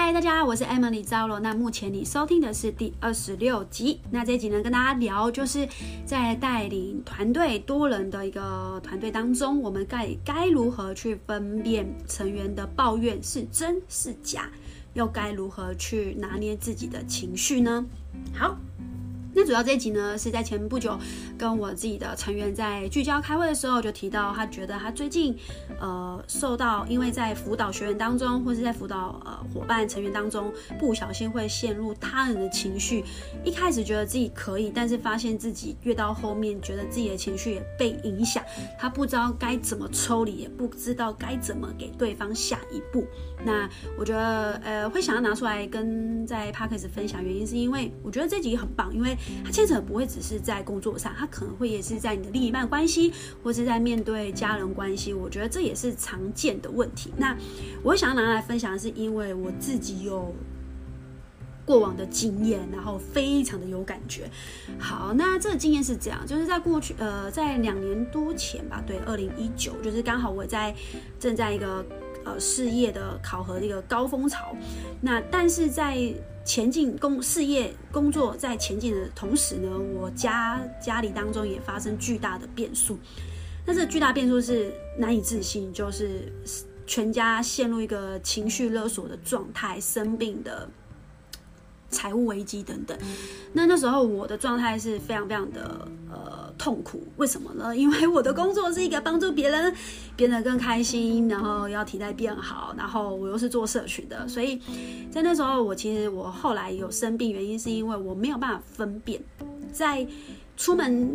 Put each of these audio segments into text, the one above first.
嗨，大家好，我是 Emily 赵罗。那目前你收听的是第26集。那这一集呢，跟大家聊就是在带领团队多人的一个团队当中，我们该如何去分辨成员的抱怨是真是假，又该如何去拿捏自己的情绪呢？好。那主要这一集呢，是在前不久跟我自己的成员在聚焦开会的时候，就提到他觉得他最近受到因为在辅导学员当中，或是在辅导伙伴成员当中，不小心会陷入他人的情绪。一开始觉得自己可以，但是发现自己越到后面，觉得自己的情绪也被影响，他不知道该怎么抽离，也不知道该怎么给对方下一步。那我觉得会想要拿出来跟在 Podcast 分享，原因是因为我觉得这集很棒，因为它牵扯不会只是在工作上，它可能会也是在你的另一半关系，或是在面对家人关系，我觉得这也是常见的问题。那我会想要拿来分享的是因为我自己有过往的经验，然后非常的有感觉。好，那这个经验是这样，就是在过去在2年多前吧，对，2019，就是刚好我正在一个事业的考核的一个高峰潮。那但是在前进事业工作在前进的同时呢，我家里当中也发生巨大的变数。那这个巨大变数是难以置信，就是全家陷入一个情绪勒索的状态，生病的财务危机等等。那时候我的状态是非常非常的痛苦。为什么呢？因为我的工作是一个帮助别人变得更开心，然后要体态变好，然后我又是做社群的，所以在那时候我后来有生病，原因是因为我没有办法分辨，在出门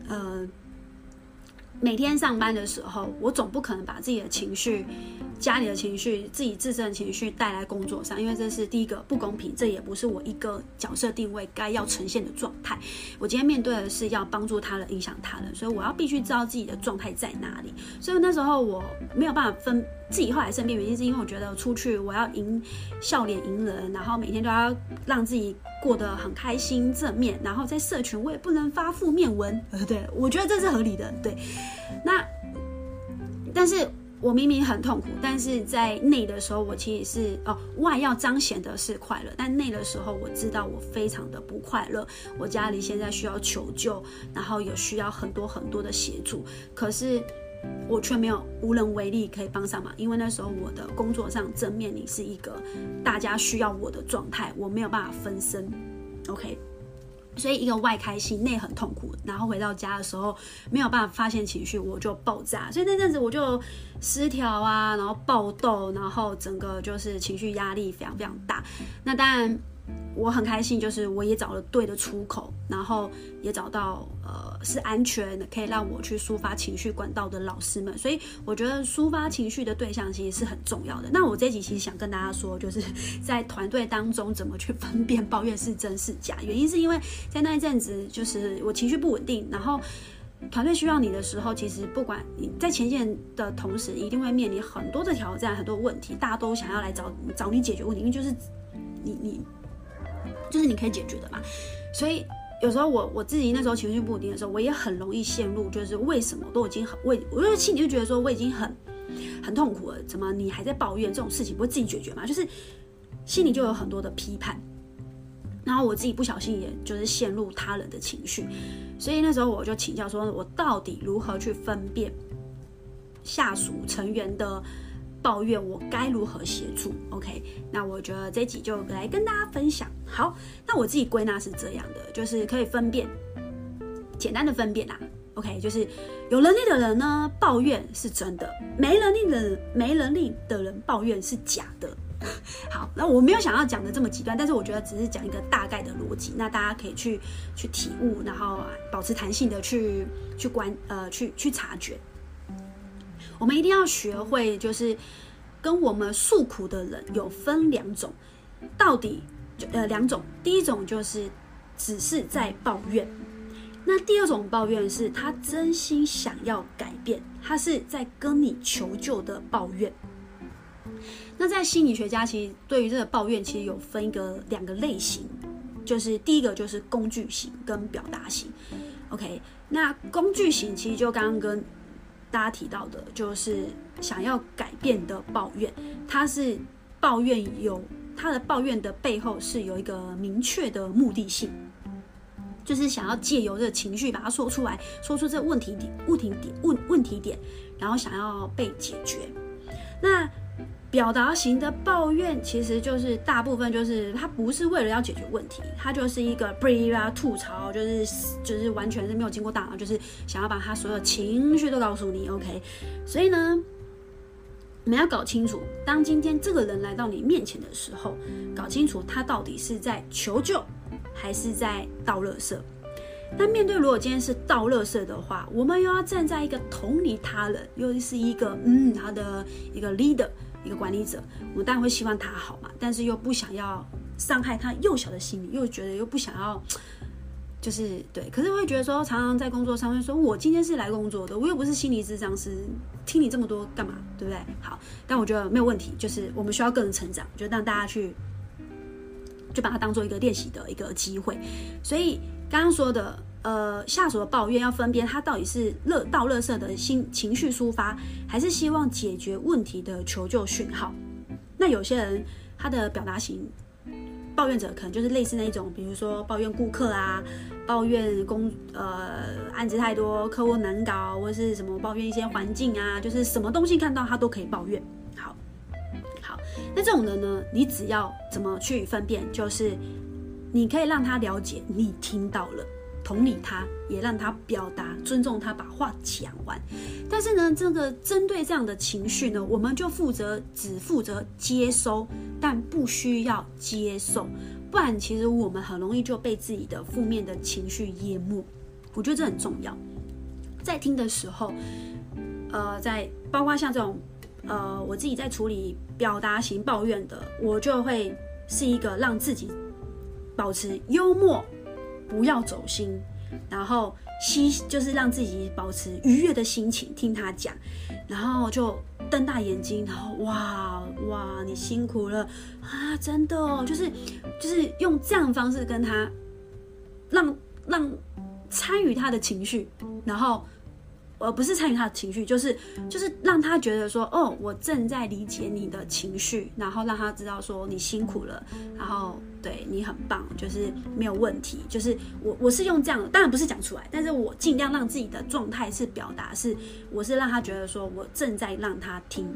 每天上班的时候，我总不可能把自己的情绪、家里的情绪、自己自身的情绪带来工作上，因为这是第一个不公平，这也不是我一个角色定位该要呈现的状态。我今天面对的是要帮助他人、影响他人，所以我要必须知道自己的状态在哪里。所以那时候我没有办法自己后来生病，原因是因为我觉得出去我要笑脸迎人，然后每天都要让自己过得很开心正面，然后在社群我也不能发负面文，对，我觉得这是合理的，对。但是我明明很痛苦，但是在内的时候我其实是外要彰显的是快乐，但内的时候我知道我非常的不快乐，我家里现在需要求救，然后有需要很多很多的协助，可是我却没有无能为力可以帮上忙，因为那时候我的工作上正面临是一个大家需要我的状态，我没有办法分身 OK， 所以一个外开心内很痛苦，然后回到家的时候没有办法发现情绪，我就爆炸，所以那阵子我就失调啊，然后爆痘，然后整个就是情绪压力非常非常大。那当然我很开心，就是我也找了对的出口，然后也找到是安全的可以让我去抒发情绪管道的老师们，所以我觉得抒发情绪的对象其实是很重要的。那我这一集其实想跟大家说，就是在团队当中怎么去分辨抱怨是真是假，原因是因为在那一阵子就是我情绪不稳定，然后团队需要你的时候，其实不管你在前线的同时一定会面临很多的挑战，很多问题，大家都想要来找你解决问题，因为就是你可以解决的嘛。所以有时候我自己那时候情绪不稳定的时候，我也很容易陷入，就是为什么都已经我就心里就觉得说我已经很痛苦了，怎么你还在抱怨，这种事情不会自己解决吗？就是心里就有很多的批判，然后我自己不小心也就是陷入他人的情绪，所以那时候我就请教说，我到底如何去分辨下属成员的抱怨，我该如何协助 ？OK， 那我觉得这一集就来跟大家分享。好，那我自己归纳是这样的，就是可以分辨，简单的分辨啦。OK， 就是有能力的人呢抱怨是真的，没能力的人抱怨是假的。好，那我没有想要讲的这么极端，但是我觉得只是讲一个大概的逻辑，那大家可以去体悟，然后保持弹性的去察觉。我们一定要学会，就是跟我们诉苦的人有分两种，到底两种，第一种就是只是在抱怨，那第二种抱怨是他真心想要改变，他是在跟你求救的抱怨。那在心理学家其实对于这个抱怨其实有分两个类型，就是第一个就是工具型跟表达型。OK， 那工具型其实就刚刚跟大家提到的，就是想要改变的抱怨，它是抱怨有他的抱怨的背后是有一个明确的目的性，就是想要借由这个情绪把它说出来，说出这个问题点，然后想要被解决。那表达型的抱怨其实就是大部分就是他不是为了要解决问题，他就是一个吐槽，就是完全是没有经过大脑，就是想要把他所有情绪都告诉你 OK。 所以呢，你们要搞清楚，当今天这个人来到你面前的时候，搞清楚他到底是在求救还是在倒垃圾。那面对如果今天是倒垃圾的话，我们又要站在一个同理他人，又是一个他的一个 leader， 一个管理者，我们当然会希望他好嘛，但是又不想要伤害他幼小的心理，又觉得又不想要，就是对，可是会觉得说，常常在工作上面说，我今天是来工作的，我又不是心理咨商师，听你这么多干嘛，对不对？好，但我觉得没有问题，就是我们需要个人成长，就让大家就把它当做一个练习的一个机会。所以刚刚说的下属的抱怨要分辨他到底是倒垃圾的情绪抒发，还是希望解决问题的求救讯号。那有些人他的表达型抱怨者可能就是类似那种，比如说抱怨顾客啊，抱怨案子太多，客户难搞，或是什么抱怨一些环境啊，就是什么东西看到他都可以抱怨。好，那这种人呢，你只要怎么去分辨，就是你可以让他了解你听到了，同理他，也让他表达，尊重他，把话讲完。但是呢，这个针对这样的情绪呢，我们就只负责接收，但不需要接受，不然其实我们很容易就被自己的负面的情绪淹没。我觉得这很重要。在听的时候，在包括像这种我自己在处理表达型抱怨的，我就会是一个让自己保持幽默，不要走心，然后就是让自己保持愉悦的心情听他讲，然后就瞪大眼睛，然后哇你辛苦了啊，真的哦，就是用这样的方式跟他让参与他的情绪，然后不是参与他的情绪，就是让他觉得说，哦，我正在理解你的情绪，然后让他知道说你辛苦了，然后对你很棒，就是没有问题，就是我是用这样的，当然不是讲出来，但是我尽量让自己的状态是表达我是让他觉得说我正在让他听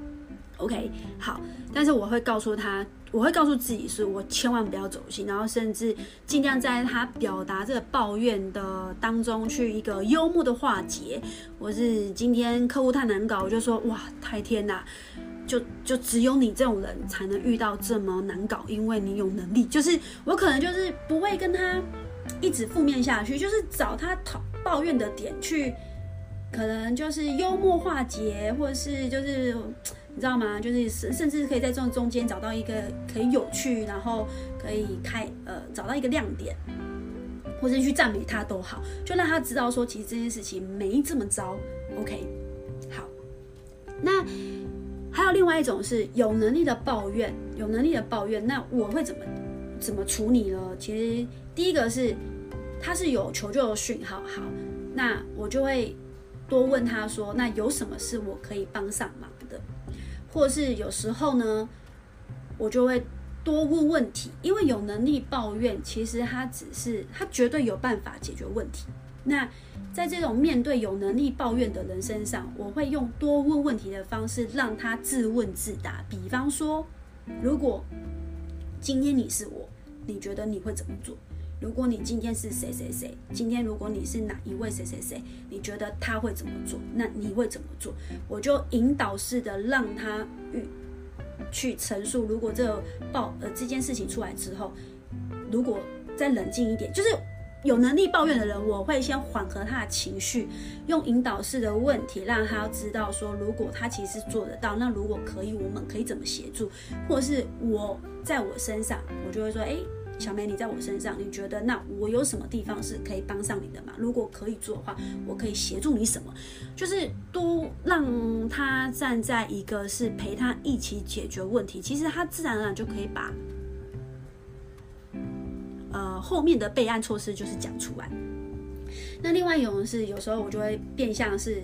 ，OK， 好，但是我会告诉自己是我千万不要走心，然后甚至尽量在他表达这个抱怨的当中去一个幽默的化解。我是今天客户太难搞，我就说哇，太天哪，就只有你这种人才能遇到这么难搞，因为你有能力。就是我可能就是不会跟他一直负面下去，就是找他抱怨的点去，可能就是幽默化解，或者是就是你知道吗？就是甚至可以在这种中间找到一个可以有趣，然后可以找到一个亮点，或者去赞美他都好，就让他知道说其实这件事情没这么糟。OK， 好，那还有另外一种是有能力的抱怨，那我会怎么处理呢？其实第一个是他是有求救的讯号，好，那我就会多问他说，那有什么是我可以帮上忙的？或是有时候呢，我就会多问问题，因为有能力抱怨，其实他绝对有办法解决问题。那在这种面对有能力抱怨的人身上，我会用多问问题的方式让他自问自答。比方说，如果今天你是我，你觉得你会怎么做？如果你今天是谁谁谁，今天如果你是哪一位谁谁谁，你觉得他会怎么做？那你会怎么做？我就引导式的让他去陈述，如果这件事情出来之后，如果再冷静一点，就是有能力抱怨的人，我会先缓和他的情绪，用引导式的问题让他知道说，如果他其实做得到，那如果可以，我们可以怎么协助？或是我在我身上，我就会说，小梅，你在我身上，你觉得那我有什么地方是可以帮上你的吗？如果可以做的话，我可以协助你什么？就是多让他站在一个是陪他一起解决问题，其实他自然而然就可以把后面的备案措施就是讲出来。那另外一种是，有时候我就会变相是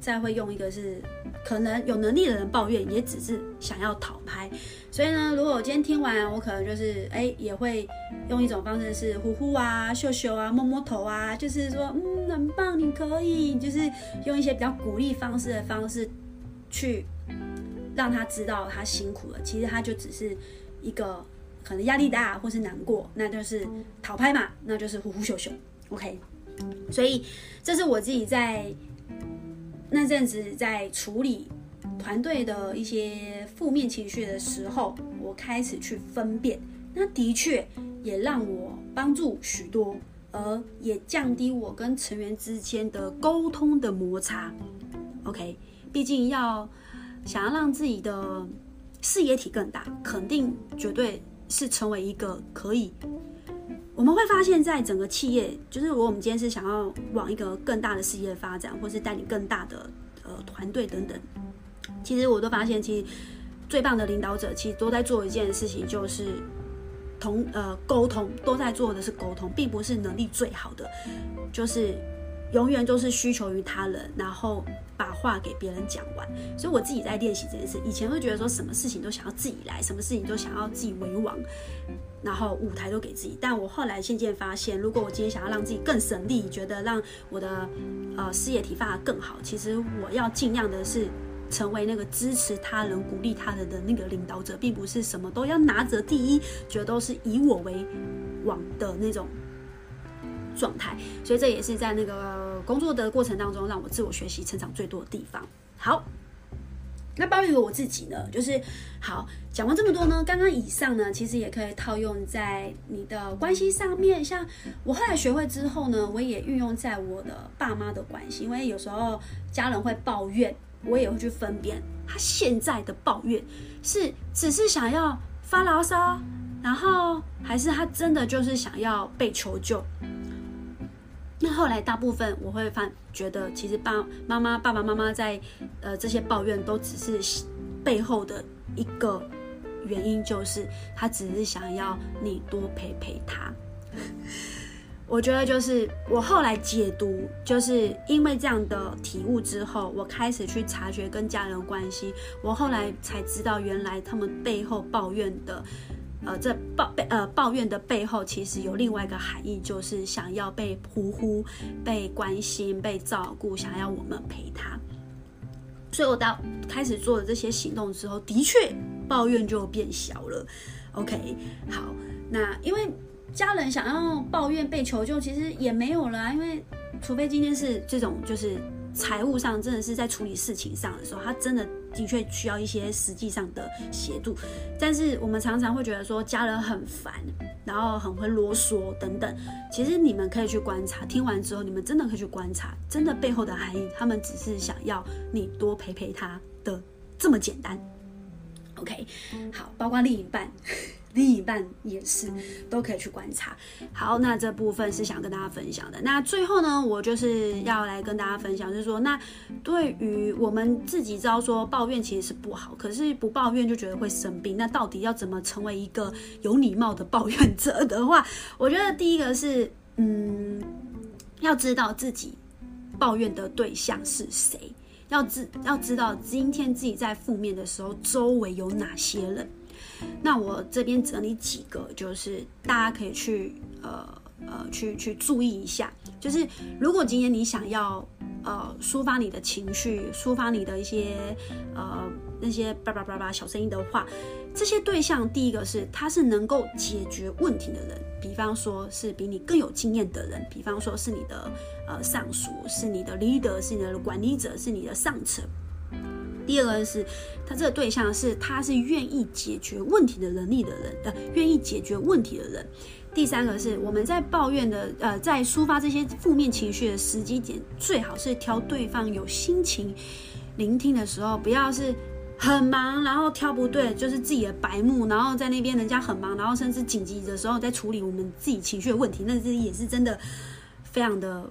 再会用一个是可能有能力的人抱怨，也只是想要讨拍。所以呢，如果我今天听完，我可能就是也会用一种方式是呼呼啊、秀秀啊、摸摸头啊，就是说很棒，你可以，就是用一些比较鼓励方式去让他知道他辛苦了。其实他就只是一个可能压力大或是难过，那就是讨拍嘛，那就是呼呼秀秀。OK， 所以这是我自己在那阵子在处理团队的一些负面情绪的时候，我开始去分辨，那的确也让我帮助许多，而也降低我跟成员之间的沟通的摩擦。OK， 毕竟想要让自己的视野体更大，肯定绝对是成为一个可以。我们会发现，在整个企业，就是如果我们今天是想要往一个更大的事业发展，或是带领更大的团队等等，其实我都发现，其实最棒的领导者，其实都在做一件事情，就是沟通，都在做的是沟通，并不是能力最好的，就是永远都是需求于他人，然后把话给别人讲完。所以我自己在练习这件事，以前会觉得说什么事情都想要自己来，什么事情都想要自己为王，然后舞台都给自己。但我后来渐渐发现，如果我今天想要让自己更省力，觉得让我的事业体发得更好，其实我要尽量的是成为那个支持他人、鼓励他人的那个领导者，并不是什么都要拿着第一，觉得都是以我为王的那种状态。所以这也是在那个工作的过程当中，让我自我学习成长最多的地方。好，那抱怨我自己呢，就是好讲完这么多呢，刚刚以上呢，其实也可以套用在你的关系上面。像我后来学会之后呢，我也运用在我的爸妈的关系，因为有时候家人会抱怨，我也会去分辨他现在的抱怨是只是想要发牢骚，然后还是他真的就是想要被求救。那后来大部分我会觉得，其实爸爸妈妈在这些抱怨都只是背后的一个原因，就是他只是想要你多陪陪他。我觉得就是我后来解读，就是因为这样的体悟之后，我开始去察觉跟家人关系，我后来才知道原来他们背后抱怨的。抱怨的背后其实有另外一个含义，就是想要被呼呼、被关心、被照顾，想要我们陪他。所以我到开始做了这些行动之后，的确抱怨就变小了。OK， 好，那因为家人想要抱怨、被求救，其实也没有了啊，因为除非今天是这种就是财务上真的是在处理事情上的时候，他真的确需要一些实际上的协助。但是我们常常会觉得说家人很烦，然后很会啰嗦等等。其实你们可以去观察，听完之后你们真的可以去观察，真的背后的含义，他们只是想要你多陪陪他的这么简单。OK， 好，包括另一半也是都可以去观察。好，那这部分是想跟大家分享的。那最后呢，我就是要来跟大家分享，就是说，那对于我们自己知道说抱怨其实是不好，可是不抱怨就觉得会生病。那到底要怎么成为一个有礼貌的抱怨者的话，我觉得第一个是，要知道自己抱怨的对象是谁，要知道今天自己在负面的时候，周围有哪些人。那我这边整理几个，就是大家可以去注意一下。就是如果今天你想要抒发你的情绪，抒发你的一些那些叭叭叭叭小声音的话，这些对象第一个是他是能够解决问题的人，比方说是比你更有经验的人，比方说是你的上属，是你的 leader， 是你的管理者，是你的上层。第二个是他这个对象是他是愿意解决问题的能力的人，愿意解决问题的人。第三个是我们在抱怨的在抒发这些负面情绪的时机点，最好是挑对方有心情聆听的时候，不要是很忙然后挑不对，就是自己的白目，然后在那边人家很忙，然后甚至紧急的时候在处理我们自己情绪的问题，那也是真的非常的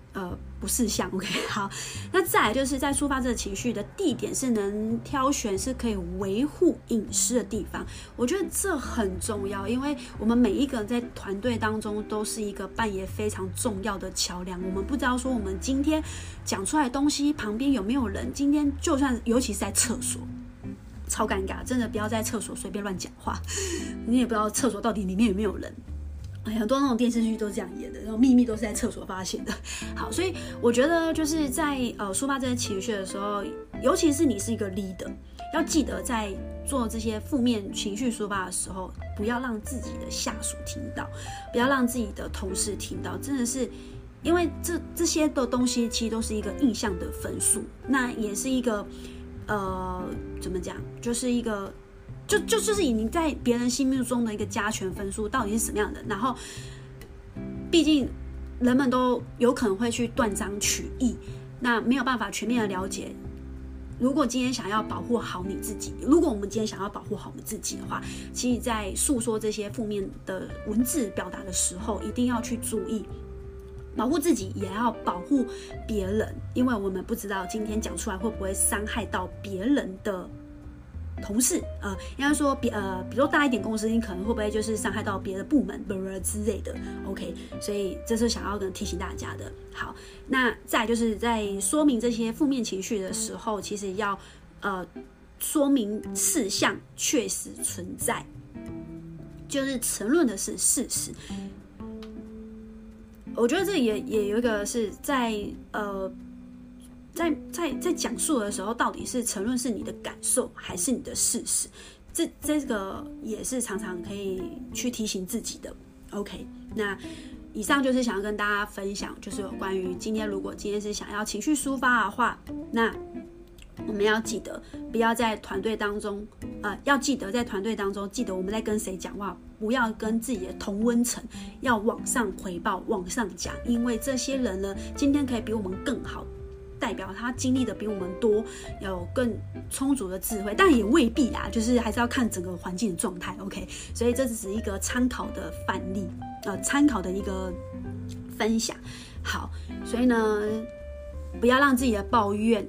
不识相 OK 好，那再来就是在抒发这个情绪的地点是能挑选是可以维护隐私的地方，我觉得这很重要，因为我们每一个人在团队当中都是一个扮演非常重要的桥梁，我们不知道说我们今天讲出来的东西旁边有没有人，今天就算尤其是在厕所超尴尬，真的不要在厕所随便乱讲话，你也不知道厕所到底里面有没有人，很多那种电视剧都是这样演的，然后秘密都是在厕所发现的。好，所以我觉得就是在抒发这些情绪的时候，尤其是你是一个 leader， 要记得在做这些负面情绪抒发的时候，不要让自己的下属听到，不要让自己的同事听到，真的是。因为这些的东西其实都是一个印象的分数，那也是一个怎么讲，就是一个就是你在别人心目中的一个加权分数到底是什么样的，然后毕竟人们都有可能会去断章取义，那没有办法全面的了解。如果今天想要保护好你自己，如果我们今天想要保护好我们自己的话，其实在诉说这些负面的文字表达的时候，一定要去注意保护自己，也要保护别人，因为我们不知道今天讲出来会不会伤害到别人的同事，应该说比如说大一点公司，你可能会不会就是伤害到别的部门之类的 ，OK， 所以这是想要跟提醒大家的。好，那再来就是在说明这些负面情绪的时候，其实要说明事项确实存在，就是承认的是事实。我觉得这也有一个是在讲述的时候，到底是承认是你的感受还是你的事实，这个也是常常可以去提醒自己的。OK， 那以上就是想要跟大家分享，就是有关于如果今天是想要情绪抒发的话，那我们要记得不要在团队当中，要记得在团队当中，记得我们在跟谁讲话，不要跟自己的同温层，要往上回报，往上讲，因为这些人呢，今天可以比我们更好，代表他经历的比我们多，有更充足的智慧，但也未必啦，就是还是要看整个环境的状态。OK， 所以这只是一个参考的范例，参考的一个分享。好，所以呢，不要让自己的抱怨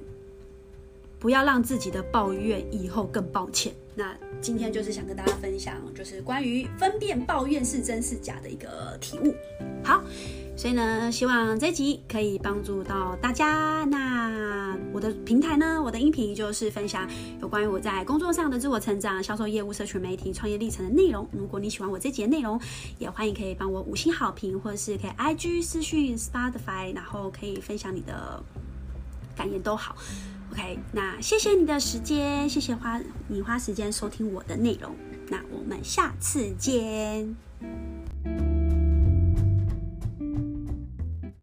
以后更抱歉。那今天就是想跟大家分享，就是关于分辨抱怨是真是假的一个体悟。好，所以呢，希望这集可以帮助到大家。那我的平台呢，我的音频就是分享有关于我在工作上的自我成长、销售业务、社群媒体、创业历程的内容。如果你喜欢我这集的内容，也欢迎可以帮我5星好评，或者是可以 IG 私讯 Spotify， 然后可以分享你的感言都好。OK， 那谢谢你的时间，谢谢你花时间收听我的内容，那我们下次见。